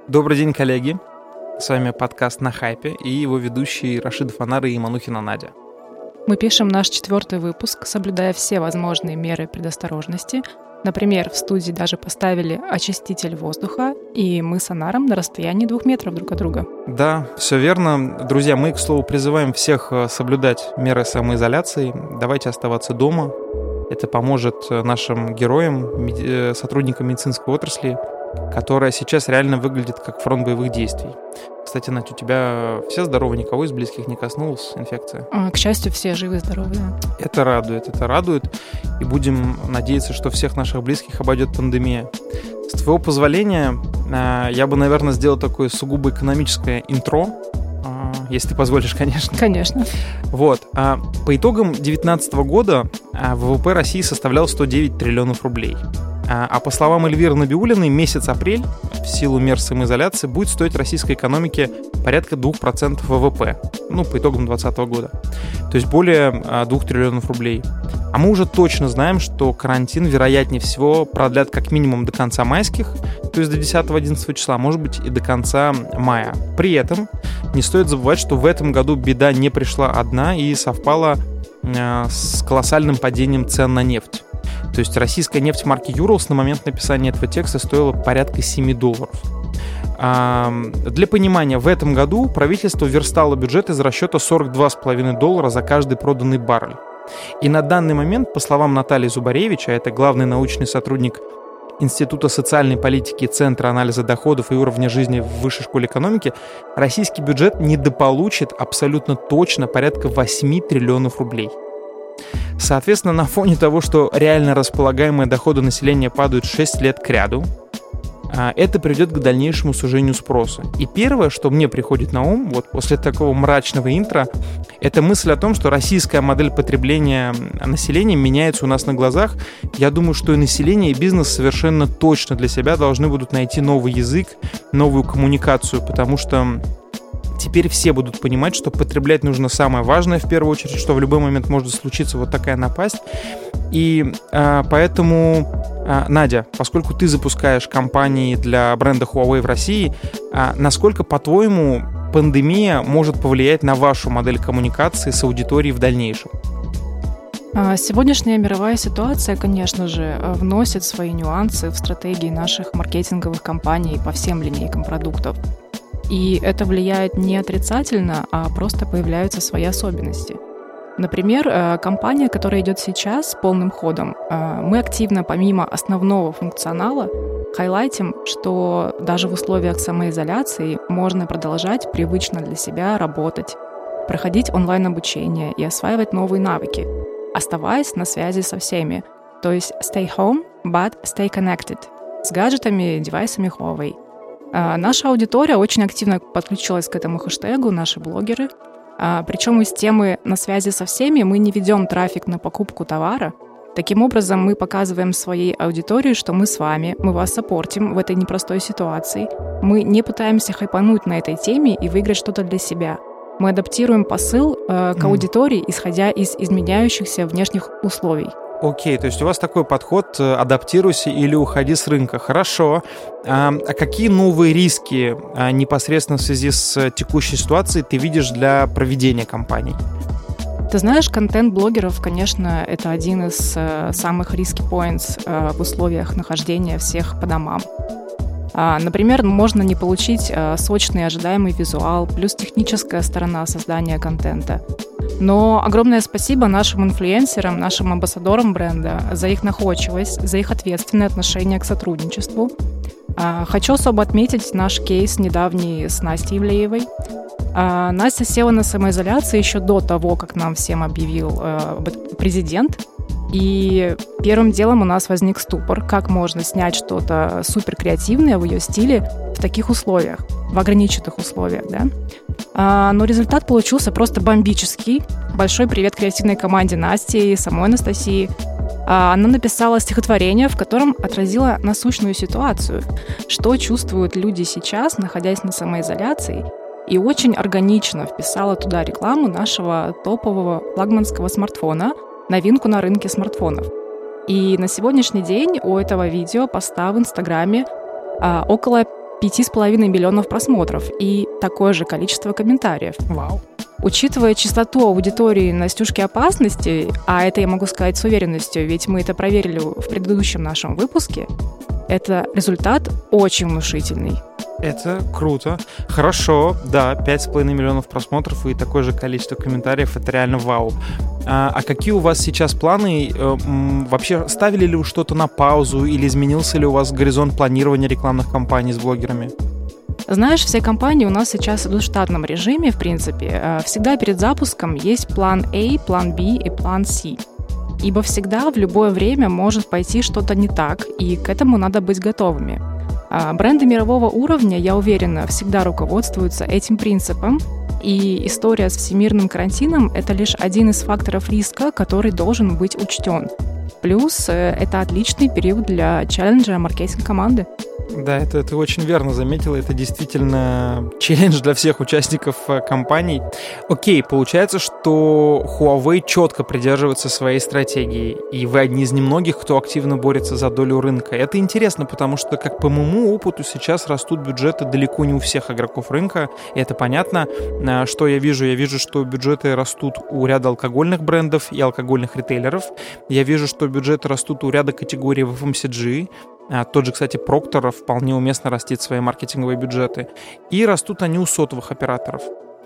Добрый день, коллеги. С вами подкаст «На хайпе» и его ведущие Рашид Фонар и Манухина Надя. Мы пишем наш 4-й выпуск, соблюдая все возможные меры предосторожности. Например, в студии даже поставили очиститель воздуха, и мы с Анаром на расстоянии 2 метров друг от друга. Да, все верно. Друзья, мы, к слову, призываем всех соблюдать меры самоизоляции. Давайте оставаться дома. Это поможет нашим героям, сотрудникам медицинской отрасли, которая сейчас реально выглядит как фронт боевых действий. Кстати, Надь, у тебя все здоровы, никого из близких не коснулась инфекция? К счастью, все живы и здоровы, да. Это радует. И будем надеяться, что всех наших близких обойдет пандемия. С твоего позволения, я бы, наверное, сделал такое сугубо экономическое интро, если ты позволишь, конечно. Конечно. Вот. По итогам 2019 года ВВП России составлял 109 триллионов рублей. А по словам Эльвиры Набиуллиной, месяц апрель в силу мер самоизоляции будет стоить российской экономике порядка 2% ВВП, по итогам 2020 года. То есть более 2 триллионов рублей. А мы уже точно знаем, что карантин, вероятнее всего, продлят как минимум до конца майских, то есть до 10-11 числа, может быть и до конца мая. При этом не стоит забывать, что в этом году беда не пришла одна и совпала с колоссальным падением цен на нефть. То есть российская нефть марки Urals на момент написания этого текста стоила порядка $7. Для понимания, в этом году правительство верстало бюджет из расчета $42,5 за каждый проданный баррель. И на данный момент, по словам Натальи Зубаревич, а это главный научный сотрудник Института социальной политики и Центра анализа доходов и уровня жизни в Высшей школе экономики, российский бюджет недополучит абсолютно точно порядка 8 триллионов рублей. Соответственно, на фоне того, что реально располагаемые доходы населения падают 6 лет кряду, это приведет к дальнейшему сужению спроса. И первое, что мне приходит на ум, после такого мрачного интро, это мысль о том, что российская модель потребления населения меняется у нас на глазах. Я думаю, что и население, и бизнес совершенно точно для себя должны будут найти новый язык, новую коммуникацию, потому что теперь все будут понимать, что потреблять нужно самое важное в первую очередь, что в любой момент может случиться вот такая напасть. И поэтому, Надя, поскольку ты запускаешь кампании для бренда Huawei в России, насколько, по-твоему, пандемия может повлиять на вашу модель коммуникации с аудиторией в дальнейшем? Сегодняшняя мировая ситуация, конечно же, вносит свои нюансы в стратегии наших маркетинговых кампаний по всем линейкам продуктов. И это влияет не отрицательно, а просто появляются свои особенности. Например, кампания, которая идет сейчас полным ходом, мы активно, помимо основного функционала, хайлайтим, что даже в условиях самоизоляции можно продолжать привычно для себя работать, проходить онлайн-обучение и осваивать новые навыки, оставаясь на связи со всеми. То есть stay home, but stay connected с гаджетами, девайсами Huawei. Наша аудитория очень активно подключилась к этому хэштегу, наши блогеры. Причем из темы «на связи со всеми» мы не ведем трафик на покупку товара. Таким образом, мы показываем своей аудитории, что мы с вами, мы вас саппортим в этой непростой ситуации. Мы не пытаемся хайпануть на этой теме и выиграть что-то для себя. Мы адаптируем посыл к аудитории, исходя из изменяющихся внешних условий. Окей, то есть у вас такой подход «адаптируйся или уходи с рынка». Хорошо. А какие новые риски непосредственно в связи с текущей ситуацией ты видишь для проведения кампаний? Ты знаешь, контент блогеров, конечно, это один из самых risky points в условиях нахождения всех по домам. Например, можно не получить сочный ожидаемый визуал, плюс техническая сторона создания контента. Но огромное спасибо нашим инфлюенсерам, нашим амбассадорам бренда за их находчивость, за их ответственное отношение к сотрудничеству. Хочу особо отметить наш кейс недавний с Настей Ивлеевой. Настя села на самоизоляции еще до того, как нам всем объявил президент. И первым делом у нас возник ступор, как можно снять что-то суперкреативное в ее стиле в таких условиях, в ограниченных условиях, да. Но результат получился просто бомбический. Большой привет креативной команде Насти и самой Анастасии. Она написала стихотворение, в котором отразила насущную ситуацию, что чувствуют люди сейчас, находясь на самоизоляции, и очень органично вписала туда рекламу нашего топового флагманского смартфона, новинку на рынке смартфонов. И на сегодняшний день у этого видео, поста в Инстаграме около 5,5 миллионов просмотров и такое же количество комментариев. Вау. Учитывая частоту аудитории «Настюшки опасности», а это я могу сказать с уверенностью, ведь мы это проверили в предыдущем нашем выпуске, это результат очень внушительный. Это круто. Хорошо, да, 5,5 миллионов просмотров и такое же количество комментариев, это реально вау. А какие у вас сейчас планы? Вообще, ставили ли вы что-то на паузу или изменился ли у вас горизонт планирования рекламных кампаний с блогерами? Знаешь, все компании у нас сейчас идут в штатном режиме, в принципе. Всегда перед запуском есть план A, план B и план C. Ибо всегда в любое время может пойти что-то не так, и к этому надо быть готовыми. Бренды мирового уровня, я уверена, всегда руководствуются этим принципом, и история с всемирным карантином – это лишь один из факторов риска, который должен быть учтен. Плюс это отличный период для челленджа маркетинг-команды. Да, это ты очень верно заметила. Это действительно челлендж для всех участников компаний. Окей, получается, что Huawei четко придерживается своей стратегии, и вы одни из немногих, кто активно борется за долю рынка. Это интересно, потому что, как по моему опыту, сейчас растут бюджеты далеко не у всех игроков рынка, и это понятно. Что я вижу? Я вижу, что бюджеты растут у ряда алкогольных брендов и алкогольных ритейлеров. Я вижу, что бюджеты растут у ряда категорий в FMCG. Тот же, кстати, Procter вполне уместно растит свои маркетинговые бюджеты. И растут они у сотовых операторов.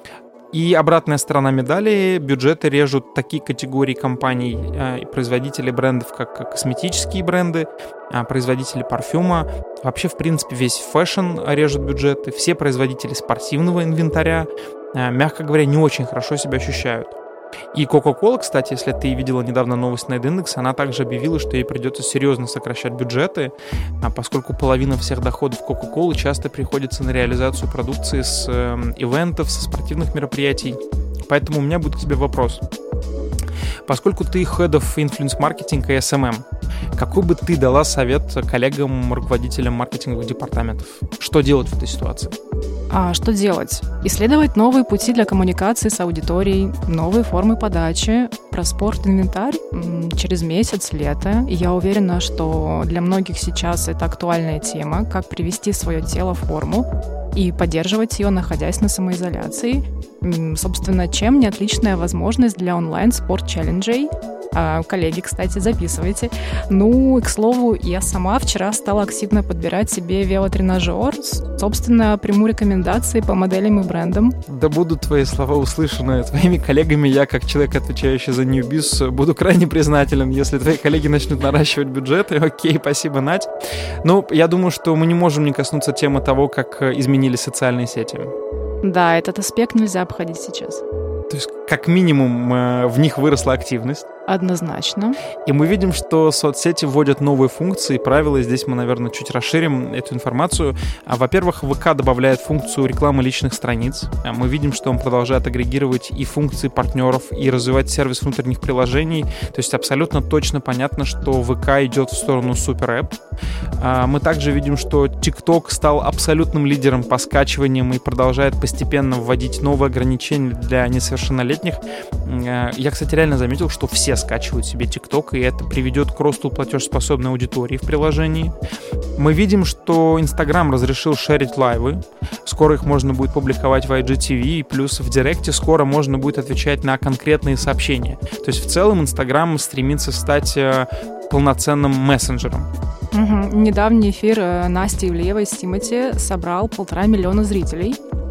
И обратная сторона медали, бюджеты режут такие категории компаний и производителей брендов, как косметические бренды, производители парфюма. Вообще, в принципе, весь фэшн режет бюджеты. Все производители спортивного инвентаря, мягко говоря, не очень хорошо себя ощущают. И Coca-Cola, кстати, если ты видела недавно новость на Edindex, она также объявила, что ей придется серьезно сокращать бюджеты, поскольку половина всех доходов Coca-Cola часто приходится на реализацию продукции с ивентов, со спортивных мероприятий. Поэтому у меня будет к тебе вопрос. Поскольку ты Head of Influence Marketing и SMM, какой бы ты дала совет коллегам, руководителям маркетинговых департаментов? Что делать в этой ситуации? Что делать? Исследовать новые пути для коммуникации с аудиторией, новые формы подачи, про спорт-инвентарь через месяц, лето. И я уверена, что для многих сейчас это актуальная тема, как привести свое тело в форму и поддерживать ее, находясь на самоизоляции. Собственно, чем не отличная возможность для онлайн-спорт-челленджей. Коллеги, кстати, записывайте. Ну, к слову, я сама вчера стала активно подбирать себе велотренажер. Собственно, приму рекомендации по моделям и брендам. Да будут твои слова услышаны твоими коллегами. Я, как человек, отвечающий за Newbiz, буду крайне признателен, если твои коллеги начнут наращивать бюджеты. Окей, спасибо, Надь. Ну, я думаю, что мы не можем не коснуться темы того, как изменились социальные сети. Да, этот аспект нельзя обходить сейчас. То есть, как минимум, в них выросла активность. Однозначно. И мы видим, что соцсети вводят новые функции и правила. И здесь мы, наверное, чуть расширим эту информацию. Во-первых, ВК добавляет функцию рекламы личных страниц. Мы видим, что он продолжает агрегировать и функции партнеров, и развивать сервис внутренних приложений. То есть абсолютно точно понятно, что ВК идет в сторону супер-эп. Мы также видим, что TikTok стал абсолютным лидером по скачиваниям и продолжает постепенно вводить новые ограничения для несовершеннолетних. Я, кстати, реально заметил, что все скачивают себе TikTok, и это приведет к росту платежеспособной аудитории в приложении. Мы видим, что Instagram разрешил шерить лайвы. Скоро их можно будет публиковать в IGTV, и плюс в Директе скоро можно будет отвечать на конкретные сообщения. То есть в целом Instagram стремится стать полноценным мессенджером. Недавний эфир Насти Ивлеевой с Тимати собрал 1,5 миллиона зрителей.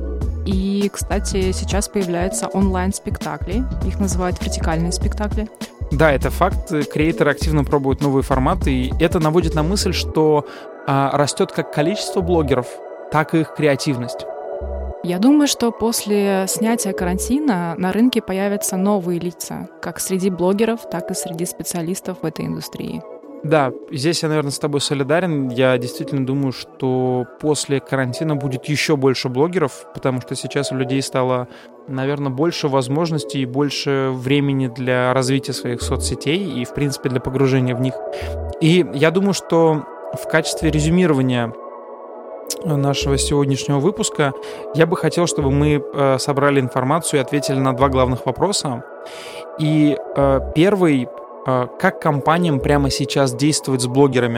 И, кстати, сейчас появляются онлайн-спектакли. Их называют вертикальные спектакли. Да, это факт. Креаторы активно пробуют новые форматы, и это наводит на мысль, что растет как количество блогеров, так и их креативность. Я думаю, что после снятия карантина на рынке появятся новые лица, как среди блогеров, так и среди специалистов в этой индустрии. Да, здесь я, наверное, с тобой солидарен. Я действительно думаю, что после карантина будет еще больше блогеров, потому что сейчас у людей стало, наверное, больше возможностей и больше времени для развития своих соцсетей и, в принципе, для погружения в них. И я думаю, что в качестве резюмирования нашего сегодняшнего выпуска я бы хотел, чтобы мы собрали информацию и ответили на два главных вопроса. И первый: как компаниям прямо сейчас действовать с блогерами?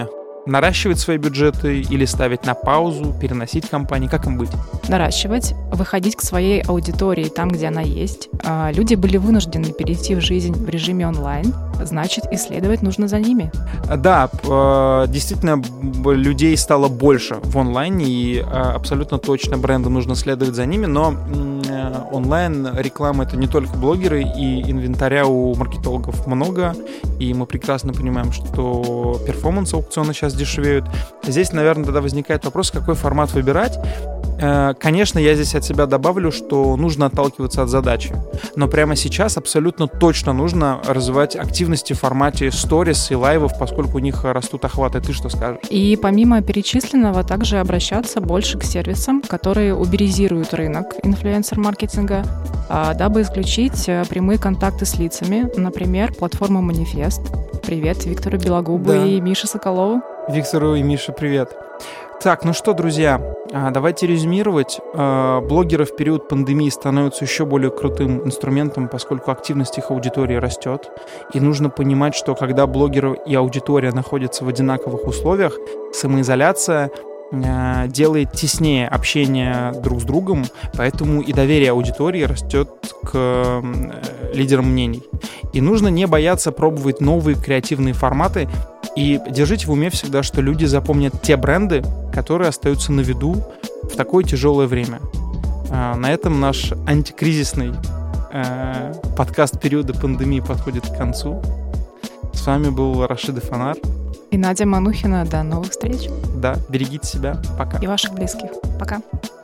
наращивать свои бюджеты или ставить на паузу, переносить компании? Как им быть? Наращивать, выходить к своей аудитории там, где она есть. Люди были вынуждены перейти в жизнь в режиме онлайн, значит, исследовать нужно за ними. Да, действительно, людей стало больше в онлайне, и абсолютно точно брендам нужно следовать за ними, но онлайн-реклама — это не только блогеры, и инвентаря у маркетологов много, и мы прекрасно понимаем, что перформанс-аукционы сейчас дешевеют. Здесь, наверное, тогда возникает вопрос, какой формат выбирать. Конечно, я здесь от себя добавлю, что нужно отталкиваться от задачи, но прямо сейчас абсолютно точно нужно развивать активности в формате сторис и лайвов, поскольку у них растут охваты. Ты что скажешь? И помимо перечисленного, также обращаться больше к сервисам, которые уберизируют рынок инфлюенсер-маркетинга, дабы исключить прямые контакты с лицами, например, платформа «Манифест». Привет Виктору Белогубу и Мише Соколову. Виктору и Мише привет. Так, ну что, друзья, давайте резюмировать. Блогеры в период пандемии становятся еще более крутым инструментом, поскольку активность их аудитории растет. И нужно понимать, что когда блогеры и аудитория находятся в одинаковых условиях, самоизоляция делает теснее общение друг с другом, поэтому и доверие аудитории растет к лидерам мнений. И нужно не бояться пробовать новые креативные форматы, и держите в уме всегда, что люди запомнят те бренды, которые остаются на виду в такое тяжелое время. На этом наш антикризисный подкаст периода пандемии подходит к концу. С вами был Рашид Фонар и Надя Манухина. До новых встреч. Да, берегите себя. Пока. И ваших близких. Пока.